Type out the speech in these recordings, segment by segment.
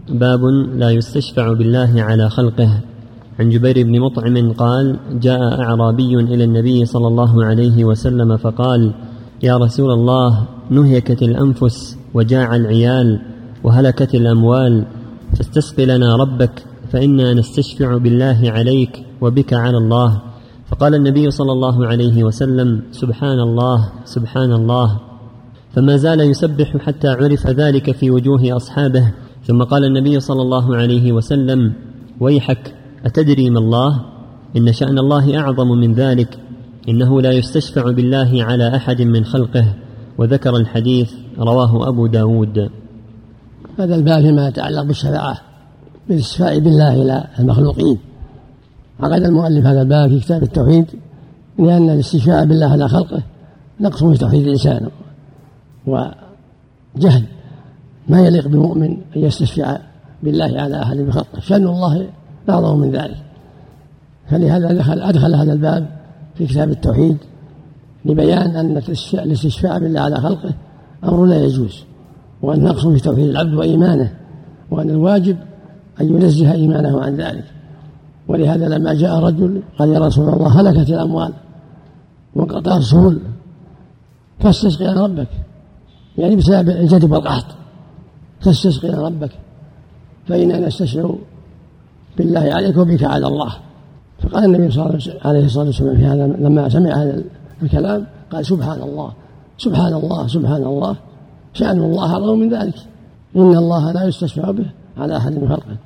باب لا يستشفع بالله على خلقه. عن جبير بن مطعم قال: جاء أعرابي إلى النبي صلى الله عليه وسلم فقال: يا رسول الله، نهكت الأنفس وجاع العيال وهلكت الأموال، فاستسق لنا ربك فإنا نستشفع بالله عليك وبك على الله. فقال النبي صلى الله عليه وسلم: سبحان الله سبحان الله. فما زال يسبح حتى عرف ذلك في وجوه أصحابه. ثم قال النبي صلى الله عليه وسلم: ويحك، أتدري ما الله؟ إن شأن الله أعظم من ذلك، إنه لا يستشفع بالله على أحد من خلقه. وذكر الحديث. رواه أبو داود. هذا الباب فيما يتعلق بالشفاعة، بالاستشفاع بالله إلى المخلوقين. عقد المؤلف هذا الباب في كتاب التوحيد لأن الاستشفاع بالله على خلقه نقص في توحيد الإنسان وجهل، ما يليق بالمؤمن أن يستشفع بالله على أحد من خلقه، شأن الله أعظم من ذلك. فلهذا أدخل هذا الباب في كتاب التوحيد لبيان أن الاستشفاع بالله على خلقه أمر لا يجوز، وأن نقص في توحيد العبد وإيمانه، وأن الواجب أن ينزه إيمانه عن ذلك. ولهذا لما جاء رجل قال: يا رسول الله، هلكت الأموال وانقطع السبل فاستسقي لنا ربك، يعني بسبب الجدب والقحط، فاستسقي لنا ربك فإنا نستشعر بالله عليك وبك على الله. فقال النبي عليه الصلاة والسلام في هذا لما سمع هذا الكلام قال: سبحان الله سبحان الله سبحان الله، شأن الله أعظم من ذلك، إن الله لا يستشفع به على أحد من خلقه.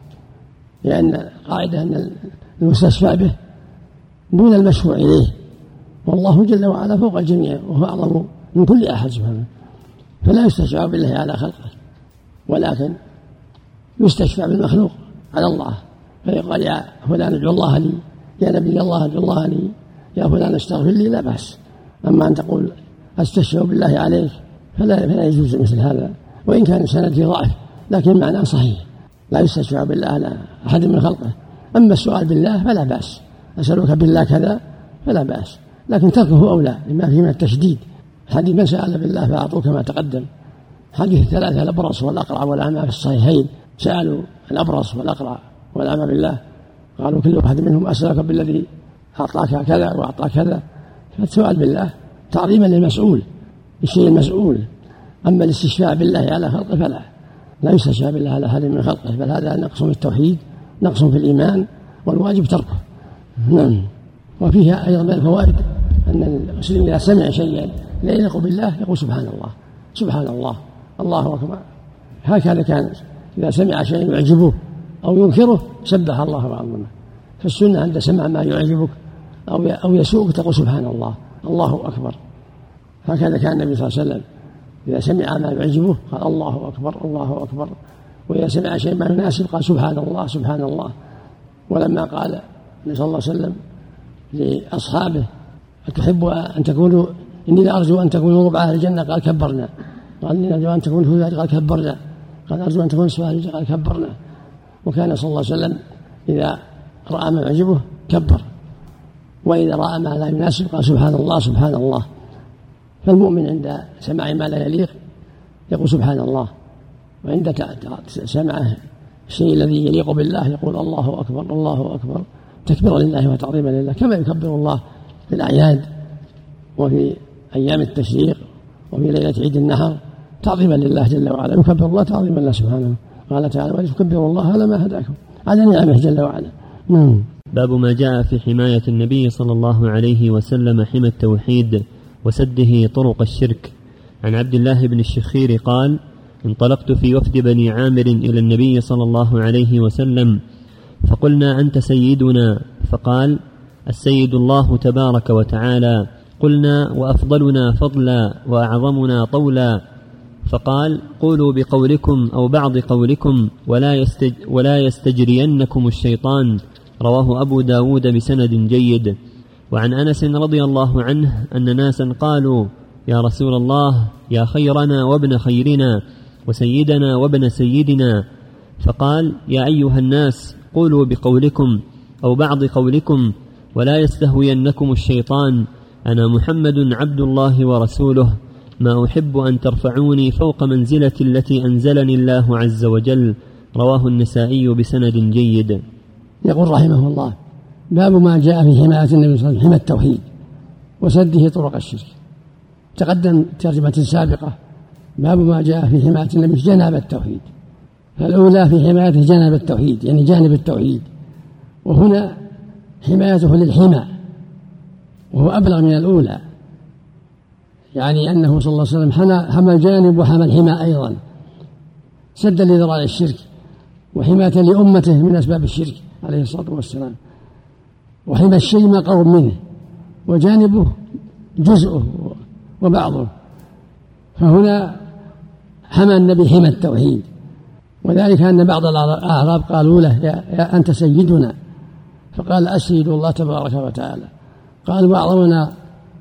لأن قاعدة أن المستشفع به دون المشفوع إليه، والله جل وعلا فوق الجميع وهو أعظم من كل أحد سبحانه، فلا يستشفع بالله على خلقه، ولكن يستشفع بالمخلوق على الله، فيقال: يا فلان ادعو الله لي، يا نبي الله ادعو الله لي، يا فلان استغفر لي، لا بأس. أما أن تقول أستشفع بالله عليك فلا يجوز مثل هذا، وإن كان سند في ضعف لكن معناه صحيح، لا يستشفع بالله على أحد من خلقه. أما السؤال بالله فلا بأس، أسألك بالله كذا فلا بأس، لكن تركه أولى لما فيه من التشديد. حديث من سأل بالله فأعطوه كما تقدم، حديث الثلاثة الأبرص والأقرع والأعمى في الصحيحين، سألوا الأبرص والأقرع والأعمى بالله، قالوا كل واحد منهم أسألك بالذي أعطاك كذا وأعطاك كذا. فالسؤال بالله تعظيما للمسؤول، الشيء المسؤول. أما الاستشفاع بالله على خلقه فلا، لا يستشفع بالله على أحد من خلقه، بل هذا نقص في التوحيد، نقص في الإيمان، والواجب تركه. نعم. وفيها أيضا من الفوائد أن المسلم إذا سمع شيئا لا يليق بالله يقول: سبحان الله سبحان الله الله أكبر. هكذا كان إذا سمع شيئا يعجبه أو ينكره سبح الله وعظمه. فالسنة عند سمع ما يعجبك أو يسوءك تقول: سبحان الله الله أكبر. هكذا كان النبي صلى الله عليه وسلم إذا سمع ما يعجبه قال: الله أكبر الله أكبر. وإذا سمع شيء ما يناسب قال: سبحان الله سبحان الله. ولما قال النبي صلى الله عليه وسلم لأصحابه: أتحب أن تكونوا، إني لأرجو أن تكونوا ربع أهل الجنة، قال: كبرنا. قال: إني لأرجو أن تكونوا ثلث، قال: كبرنا. قال: أرجو أن تكونوا سبع أهل الجنة، قال: كبرنا. وكان صلى الله عليه وسلم إذا رأى ما يعجبه كبر، وإذا رأى ما لا يناسب قال: سبحان الله سبحان الله. فالمؤمن عند سماع ما لا يليق يقول: سبحان الله، وعند سمعه الشيء الذي يليق بالله يقول: الله أكبر الله أكبر، تكبيرا لله وتعظيما لله، كما يكبر الله في الأعياد وفي أيام التشريق وفي ليلة عيد النحر تعظيما لله جل وعلا، يكبر الله تعظيما لله سبحانه. قال تعالى: ولتكبروا الله على ما هداكم، على نعمه جل وعلا. باب ما جاء في حماية النبي صلى الله عليه وسلم حمى التوحيد وسده طرق الشرك. عن عبد الله بن الشخير قال: انطلقت في وفد بني عامر إلى النبي صلى الله عليه وسلم، فقلنا: أنت سيدنا؟ فقال: السيد الله تبارك وتعالى. قلنا: وأفضلنا فضلا وأعظمنا طولا؟ فقال: قولوا بقولكم أو بعض قولكم ولا يستجرينكم الشيطان. رواه أبو داود بسند جيد. وعن أنس رضي الله عنه أن ناسا قالوا: يا رسول الله، يا خيرنا وابن خيرنا وسيدنا وابن سيدنا. فقال: يا أيها الناس، قولوا بقولكم أو بعض قولكم ولا يستهوينكم الشيطان، أنا محمد عبد الله ورسوله، ما أحب أن ترفعوني فوق منزلة التي أنزلني الله عز وجل، رواه النسائي بسند جيد. يقول رحمه الله: باب ما جاء في حماية النبي صلى الله عليه وسلم حمى التوحيد وسده طرق الشرك. تقدم ترجمة سابقة باب ما جاء في حماية النبي جانب التوحيد، فالأولى في حمايته جانب التوحيد يعني جانب التوحيد، وهنا حمايته للحمى وهو أبلغ من الأولى، يعني أنه صلى الله عليه وسلم حمى الجانب وحمى الحمى أيضا، سدا لذرائع الشرك وحماية لأمته من أسباب الشرك عليه الصلاة والسلام. وحمى الشيء ما قرب منه وجانبه جزءه وبعضه، فهنا حمى النبي حمى التوحيد، وذلك أن بعض الأعراب قالوا له: يا أنت سيدنا، فقال: السيد الله تبارك وتعالى. قال: وأعظمنا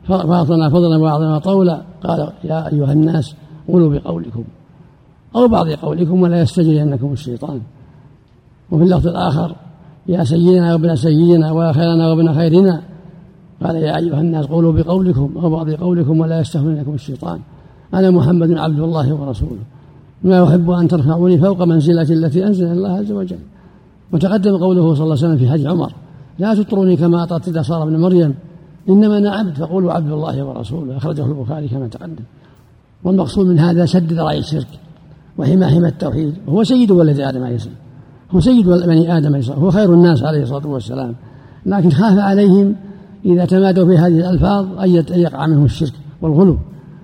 فضلا وأعظمنا طولا. قال: يا أيها الناس قولوا بقولكم أو بعض قولكم ولا يستجرينكم الشيطان. وفي اللفظ الآخر: يا سيدنا وابن سيدنا وخيرنا وابن خيرنا. قال: يا أيها الناس قولوا بقولكم أو بعض قولكم ولا يستهونكم الشيطان. أنا محمد عبد الله ورسوله، ما أحب أن ترفعوني فوق منزلتي التي أنزل الله عز وجل. وتقدم قوله صلى الله عليه وسلم في حديث عمر: لا تطروني كما أطرت النصارى ابن مريم، إنما أنا عبد فقولوا عبد الله ورسوله. أخرجه البخاري كما تقدم. والمقصود من هذا سد ذرائع الشرك وحمى التوحيد. هو سيد ولد آدم عليه السلام، هو سيد بني آدم عليه السلام، هو خير الناس عليه الصلاة والسلام، لكن خاف عليهم إذا تمادوا في هذه الألفاظ أن يقع منهم الشرك والغلو،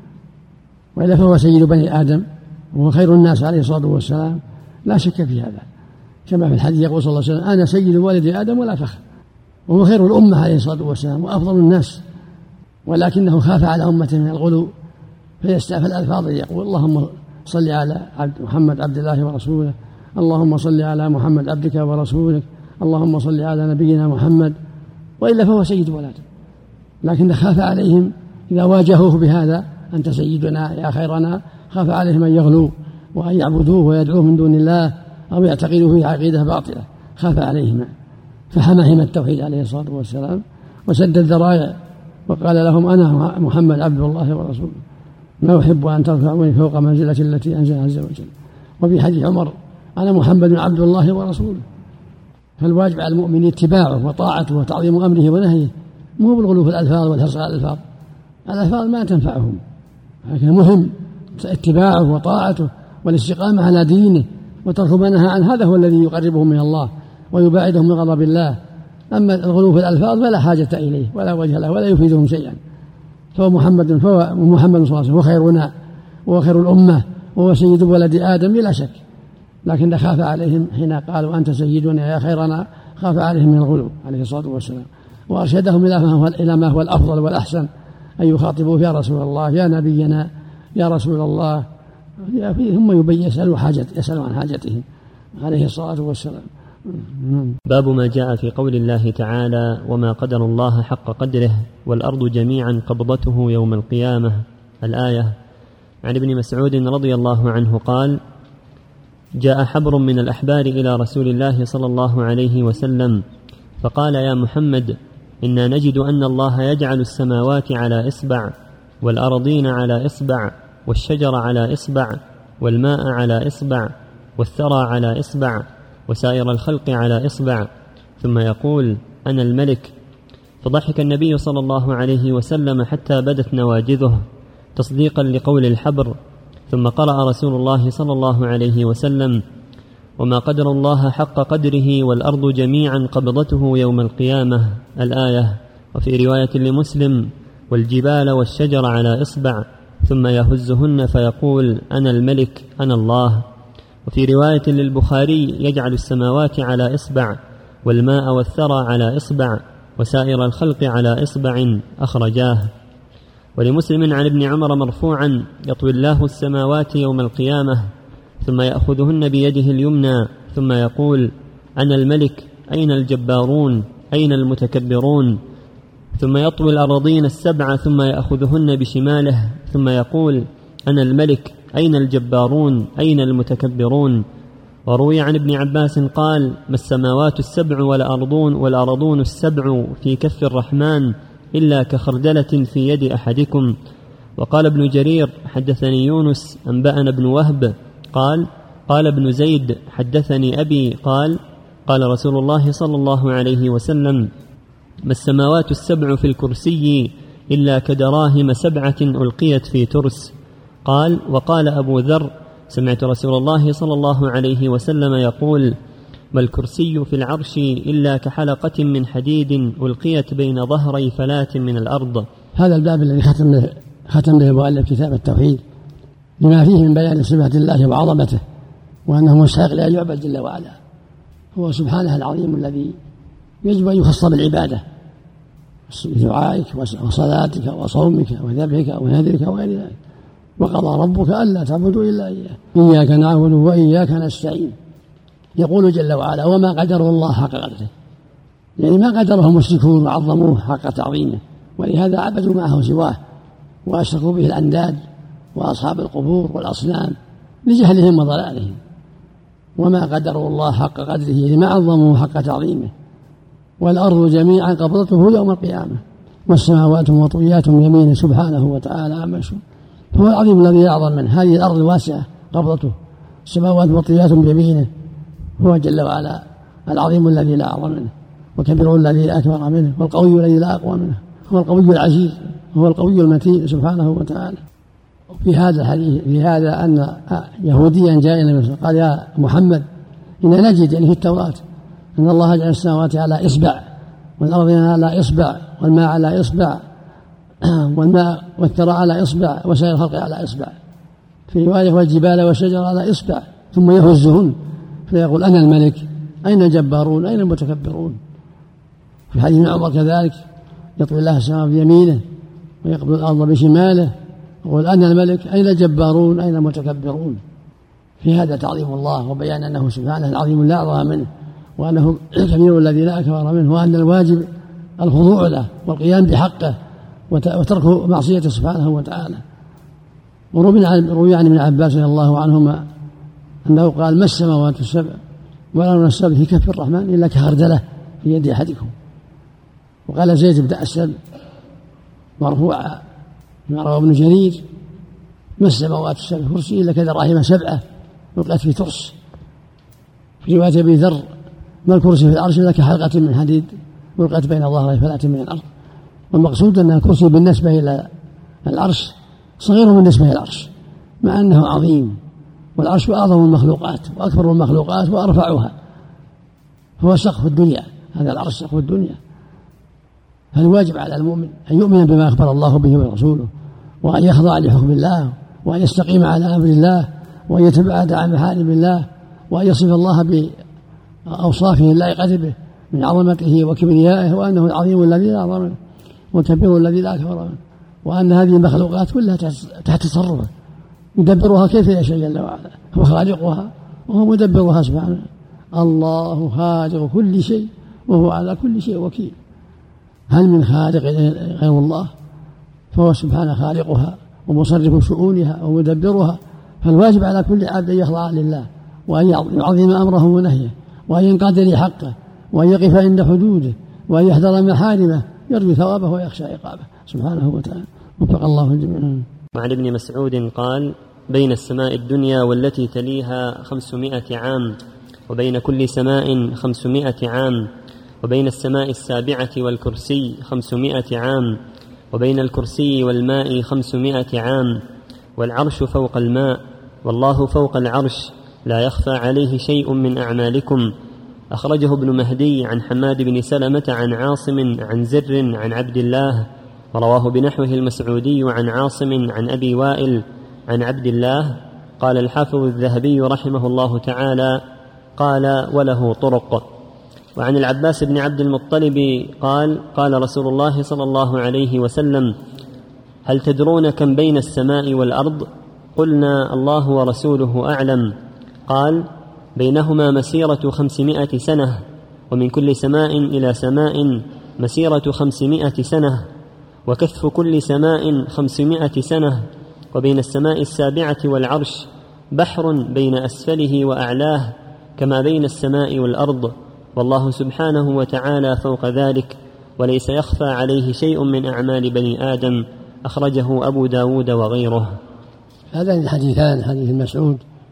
وإلا فهو سيد بني آدم وهو خير الناس عليه الصلاة والسلام، لا شك في هذا، كما في الحديث يقول صلى الله عليه وسلم: أنا سيد والد آدم ولا فخر. وهو خير الأمة عليه الصلاة والسلام وأفضل الناس، ولكنه خاف على أمته من الغلو فيستعفى الألفاظ يقول: اللهم صل على محمد عبد الله ورسوله، اللهم صل على محمد عبدك ورسولك، اللهم صل على نبينا محمد، وإلا فهو سيد ولاده. لكن خاف عليهم إذا واجهوه بهذا: أنت سيدنا يا خيرنا، خاف عليهم أن يغلوا وأن يعبدوه ويدعوه من دون الله أو يعتقدوا فيه عقيدة باطلة، خاف عليهم فحمى التوحيد عليه الصلاة والسلام وسد الذرائع وقال لهم: أنا محمد عبد الله ورسوله، ما أحب أن ترفعوني فوق منزلتي التي أنزل عز وجل. وفي حديث عمر: أنا محمد عبد الله ورسوله. فالواجب على المؤمن اتباعه وطاعته وتعظيم أمره ونهيه، مو بالغلو في الألفاظ والحرص على الألفاظ، الألفاظ ما تنفعهم، لكن مهم اتباعه وطاعته والاستقامة على دينه وترك ما نهى عنه، هذا هو الذي يقربهم من الله ويباعدهم من غضب الله. أما الغلو في الألفاظ فلا حاجة إليه ولا وجه له ولا يفيدهم شيئا. فهو محمد صلى الله عليه وسلم هو خيرنا وهو خير الأمة وهو سيد ولد آدم بلا شك، لكن خاف عليهم حين قالوا: أنت سيدنا يا خيرنا، خاف عليهم من الغلو عليه الصلاة والسلام، وأرشدهم إلى ما هو الأفضل والأحسن، أن يخاطبوه: يا رسول الله، يا نبينا، يا رسول الله، ثم يسألوا عن حاجتهم عليه الصلاة والسلام. باب ما جاء في قول الله تعالى: وما قدر الله حق قدره والأرض جميعا قبضته يوم القيامة، الآية. عن ابن مسعود رضي الله عنه قال: جاء حبر من الأحبار إلى رسول الله صلى الله عليه وسلم فقال: يا محمد، إنا نجد أن الله يجعل السماوات على إصبع والأرضين على إصبع والشجر على إصبع والماء على إصبع والثرى على إصبع وسائر الخلق على إصبع، ثم يقول: أنا الملك. فضحك النبي صلى الله عليه وسلم حتى بدت نواجذه تصديقا لقول الحبر، ثم قرأ رسول الله صلى الله عليه وسلم: وما قدر الله حق قدره والأرض جميعا قبضته يوم القيامة، الآية. وفي رواية لمسلم: والجبال والشجر على إصبع، ثم يهزهن فيقول: أنا الملك أنا الله. وفي رواية للبخاري: يجعل السماوات على إصبع والماء والثرى على إصبع وسائر الخلق على إصبع، أخرجاه. ولمسلم عن ابن عمر مرفوعا: يطوي الله السماوات يوم القيامة ثم يأخذهن بيده اليمنى ثم يقول: أنا الملك أين الجبارون أين المتكبرون. ثم يطوي الأراضين السبع ثم يأخذهن بشماله ثم يقول: أنا الملك أين الجبارون أين المتكبرون. وروي عن ابن عباس قال: ما السماوات السبع والأرضون السبع في كف الرحمن إلا كخردلة في يد أحدكم. وقال ابن جرير: حدثني يونس أنبأنا ابن وهب قال: قال ابن زيد: حدثني أبي قال: قال رسول الله صلى الله عليه وسلم: ما السماوات السبع في الكرسي إلا كدراهم 7 ألقيت في ترس. قال: وقال أبو ذر: سمعت رسول الله صلى الله عليه وسلم يقول: ما الكرسي في العرش إلا كحلقة من حديد ألقيت بين ظهري فلاة من الأرض. هذا الباب الذي ختم به المؤلف كتاب التوحيد لما فيه من بيان صفات الله وعظمته وأنه مستحق لأن يعبد جل وعلا. هو سبحانه العظيم الذي يجب أن يخص بالعبادة بدعائك وصلاتك وصومك وذبحك ونذرك وغير ذلك. وقضى ربك ألا تعبدوا إلا إياه إياك نعبد وإياك نستعين. يقول جل وعلا: وما قدروا الله حق قدره، يعني ما قدره المشركون وعظموه حق تعظيمه، ولهذا عبدوا معه سواه وأشركوا به الأنداد وأصحاب القبور والأصنام لجهلهم وضلالهم. وما قدروا الله حق قدره لما عظموه حق تعظيمه. والأرض جميعا قبضته يوم القيامة والسماوات مطويات يمينه سبحانه وتعالى عما يشركون. هو العظيم الذي أعظم منه. هذه الأرض الواسعة قبضته، السماوات مطويات بيمينه. هو جل وعلا العظيم الذي لا أعظم منه، وكبير الذي لا أكبر منه، والقوي الذي لا أقوى منه. هو القوي العزيز، هو القوي المتين سبحانه وتعالى. في هذا الحديث في هذا أن يهوديا جاء إلى النبي قال: يا محمد، إن نجد يعني في التوراة أن الله جعل السماوات على إصبع والأرض على إصبع والماء على إصبع والماء والثرى على إصبع وسائر الخلق على إصبع، في رواية والجبال والشجر على إصبع، ثم يهزهن فيقول: أنا الملك، أين الجبارون، أين المتكبرون. في حديث عمر كذلك: يطوي الله السماء بيمينه ويقبل الأرض بشماله يقول: أنا الملك، أين الجبارون، أين المتكبرون. في هذا تعظيم الله وبيان أنه سبحانه العظيم لا أعظم منه، وأنه الكبير الذي لا أكبر منه، وأن الواجب الخضوع له والقيام بحقه وترك معصيته سبحانه وتعالى. وروي عن ابن عباس رضي الله عنهما أنه قال: ما السماوات السبع ولا السبع في كف الرحمن إلا كخردلة في يد أحدكم. وقال زيد بن أسلم مرفوعا ما روى ابن جرير: ما السماوات السبع كرسي إلا كدراهم 7 وقعت في ترس. في رواية أبي ذر: ما الكرسي في العرش إلا كحلقة من حديد وقعت بين ظهري فلاة من الأرض. والمقصود أن الكرسي بالنسبة إلى العرش صغير بالنسبة إلى العرش، مع أنه عظيم، والعرش أعظم المخلوقات وأكبر المخلوقات وأرفعها، هو سقف الدنيا. هذا العرش سقف الدنيا. فالواجب على المؤمن أن يؤمن بما أخبر الله به ورسوله، وأن يخضع لحكم الله، وأن يستقيم على أمر الله، وأن يتبعد عن محارم الله، وأن يصف الله بأوصافه اللائقة به من عظمته وكبريائه، وأنه العظيم الذي لا أعظم منه والكبير الذي لا أكبر منه، وأن هذه المخلوقات كلها تحت تصرفه يدبرها كيف يشاء جل وعلا. هو خالقها وهو مدبرها سبحانه. الله خالق كل شيء وهو على كل شيء وكيل. هل من خالق غير الله؟ فهو سبحانه خالقها ومصرف شؤونها ومدبرها. فالواجب على كل عبد أن يخضع لله، وأن يعظم أمره ونهيه، وأن ينقاد لحقه، وأن يقف عند حدوده، وأن يحذر محارمه، يرجو ثوابه ويخشى عقابه سبحانه وتعالى. وفق الله الجميع. وعن ابن مسعود قال: بين السماء الدنيا والتي تليها 500 عام، وبين كل سماء 500 عام، وبين السماء السابعة والكرسي 500 عام، وبين الكرسي والماء 500 عام، والعرش فوق الماء، والله فوق العرش، لا يخفى عليه شيء من أعمالكم. أخرجه ابن مهدي عن حماد بن سلمة عن عاصم عن زر عن عبد الله، ورواه بنحوه المسعودي عن عاصم عن أبي وائل عن عبد الله. قال الحافظ الذهبي رحمه الله تعالى: قال: وله طرق. وعن العباس بن عبد المطلب قال: قال رسول الله صلى الله عليه وسلم: هل تدرون كم بين السماء والأرض؟ قلنا: الله ورسوله أعلم. قال: بينهما مسيرة 500 سنة، ومن كل سماء إلى سماء مسيرة 500 سنة، وكثف كل سماء 500 سنة، وبين السماء السابعة والعرش بحر بين أسفله وأعلاه، كما بين السماء والأرض، والله سبحانه وتعالى فوق ذلك، وليس يخفى عليه شيء من أعمال بني آدم. أخرجه أبو داود وغيره. هذان الحديثان، حديث مسعود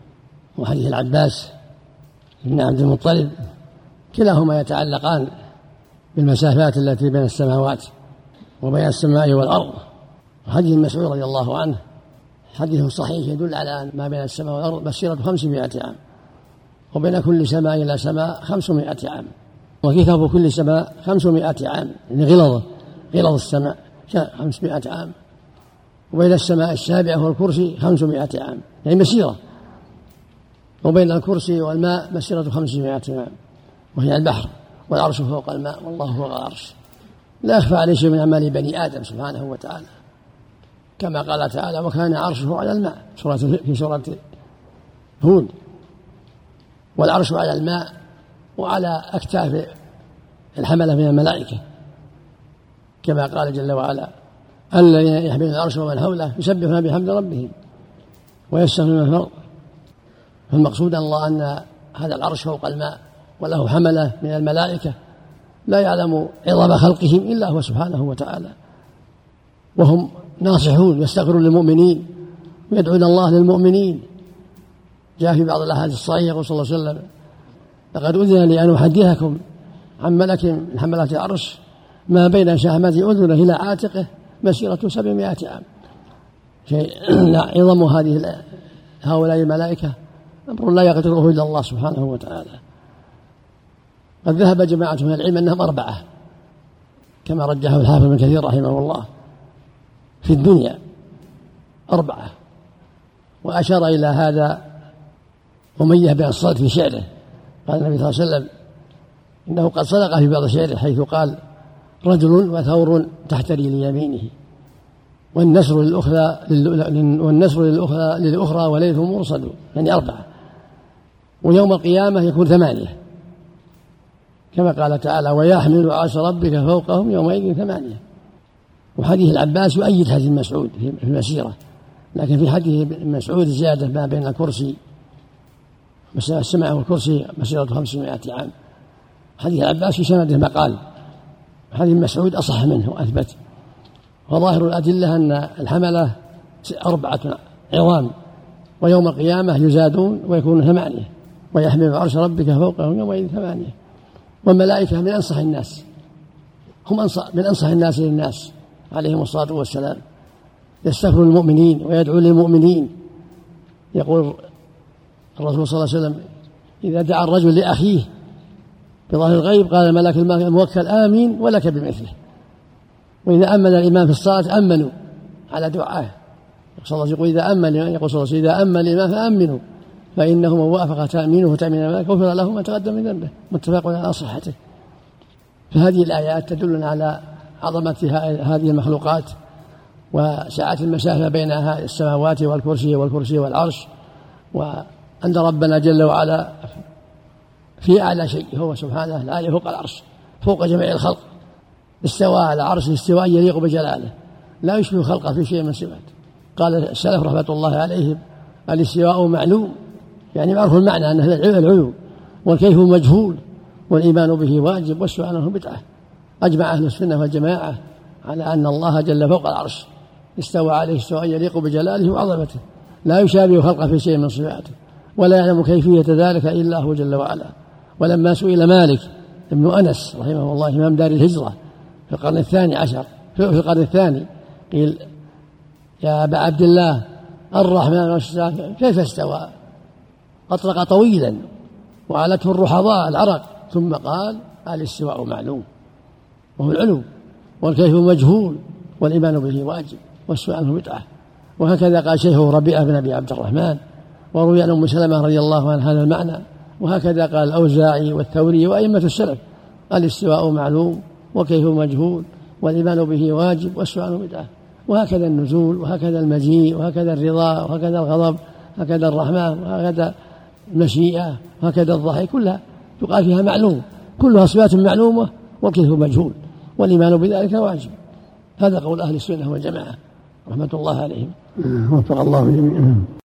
وحديث العباس بن عبد المطلب، كلاهما يتعلقان بالمسافات التي بين السماوات وبين السماء والأرض. حديث مسعود رضي الله عنه حديث صحيح يدل على أن ما بين السماء والأرض مسيرة 500 عام، وبين كل سماء إلى سماء 500 عام، وكتاب كل سماء 500 عام، يعني غلظ السماء 500 عام، وبين السماء السابعة والكرسي 500 عام، يعني مسيرة، وبين الكرسي والماء مسيرة 500 عام، وهي البحر، والعرش فوق الماء والله فوق العرش. لا يخفى عليه شيء من أعمال بني آدم سبحانه وتعالى، كما قال تعالى: وكان عرشه على الماء في سورة هود. والعرش على الماء وعلى أكتاف الحملة من الملائكة، كما قال جل وعلا: الذين يحملون العرش ومن حوله يسبحون بحمد ربهم ويستغفرون في الأرض. فالمقصود أن هذا العرش فوق الماء وله حملة من الملائكة لا يعلم عظم خلقهم إلا هو سبحانه وتعالى، وهم ناصحون يستغفرون للمؤمنين ويدعون الله للمؤمنين. جاء في بعض الأحاديث الصحيحة يقول صلى الله عليه وسلم: لقد أذن لي أن أحدثكم عن ملك من حملات العرش ما بين شحمة أذنه إلى عاتقه مسيرة 700 عام. عظم هؤلاء الملائكة أمر لا يقدره إلا الله سبحانه وتعالى. قد ذهب جماعة من العلم أنهم 4 كما رجحه الحافظ ابن كثير رحمه الله في الدنيا 4، وأشار إلى هذا أمية بن الصلت في شعره. قال النبي صلى الله عليه وسلم إنه قد صدق في بعض شعره حيث قال: رجل وثور تحت رجل يمينه والنسر للأخرى وليث مرصد، يعني 4، ويوم القيامة يكون 8، كما قال تعالى: ويحمل عرش ربك فوقهم يومئذ 8. وحديث العباس يؤيد حديث مسعود في المسيرة، لكن في حديث مسعود زيادة ما بين الكرسي السماء والكرسي مسيرة 500 عام. حديث العباس في سنده مقال، حديث مسعود أصح منه وأثبت. وظاهر الأدلة أن الحملة 4 عظام، ويوم القيامة يزادون ويكون 8، ويحمل عرش ربك فوقهم يومئذ 8. والملائكة من أنصح الناس، هم من أنصح الناس للناس عليهم الصلاة والسلام، يستغفر المؤمنين ويدعو للمؤمنين. يقول الرسول صلى الله عليه وسلم: إذا دعا الرجل لأخيه بظاهر الغيب قال الملك الموكل آمين ولك بمثله. وإذا أمن الإمام في الصلاة أمنوا على دعائه. يقول إذا أمن الإمام فأمنوا فإنه من وافق تأمينه تأمين الملك غفر له ما تقدم من ذنبه، متفق على صحته. فهذه الآيات تدلنا على عظمة هذه المخلوقات وسعة المسافة بين السماوات والكرسي والعرش، وأن ربنا جل وعلا في أعلى شيء هو سبحانه لا فوق العرش فوق جميع الخلق، استوى على عرشه استواء يليق بجلاله لا يشبه خلقه في شيء من صفاته. قال السلف رحمة الله عليهم: الاستواء معلوم، يعني معروف المعنى أنه العلو، والكيف مجهول، والإيمان به واجب، والسؤال عنه بدعة. أجمع أهل السنة والجماعة على أن الله جل فوق العرش استوى عليه استواء يليق بجلاله وعظمته لا يشابه خلقه في شيء من صفاته، ولا يعلم كيفية ذلك إلا هو جل وعلا. ولما سئل مالك ابن أنس رحمه الله إمام دار الهجرة في القرن الثاني قيل: يا أبا عبد الله الرحمن كيف استوى؟ أطرق طويلا وعلته الرحضاء العرق، ثم قال: الاستواء معلوم وهو العلو، والكيف مجهول، والإيمان به واجب، والسؤال عنه بدعة. وهكذا قال شيخه ربيعة بن أبي عبد الرحمن، وروي عن أم سلمة رضي الله عنها هذا المعنى. وهكذا قال الأوزاعي والثوري وأئمة السلف: الاستواء معلوم وكيف مجهول، والإيمان به واجب، والسؤال عنه بدعة. وهكذا النزول، وهكذا المجيء، وهكذا الرضا، وهكذا الغضب، هكذا الرحمة، وهكذا المشيئة، وهكذا الضحك، كلها يقال فيها معلوم، كلها صفات معلومة والكيف مجهول، والإيمان بذلك واجب. هذا قول أهل السنة والجماعة رحمة الله عليهم. وفق الله جميعا.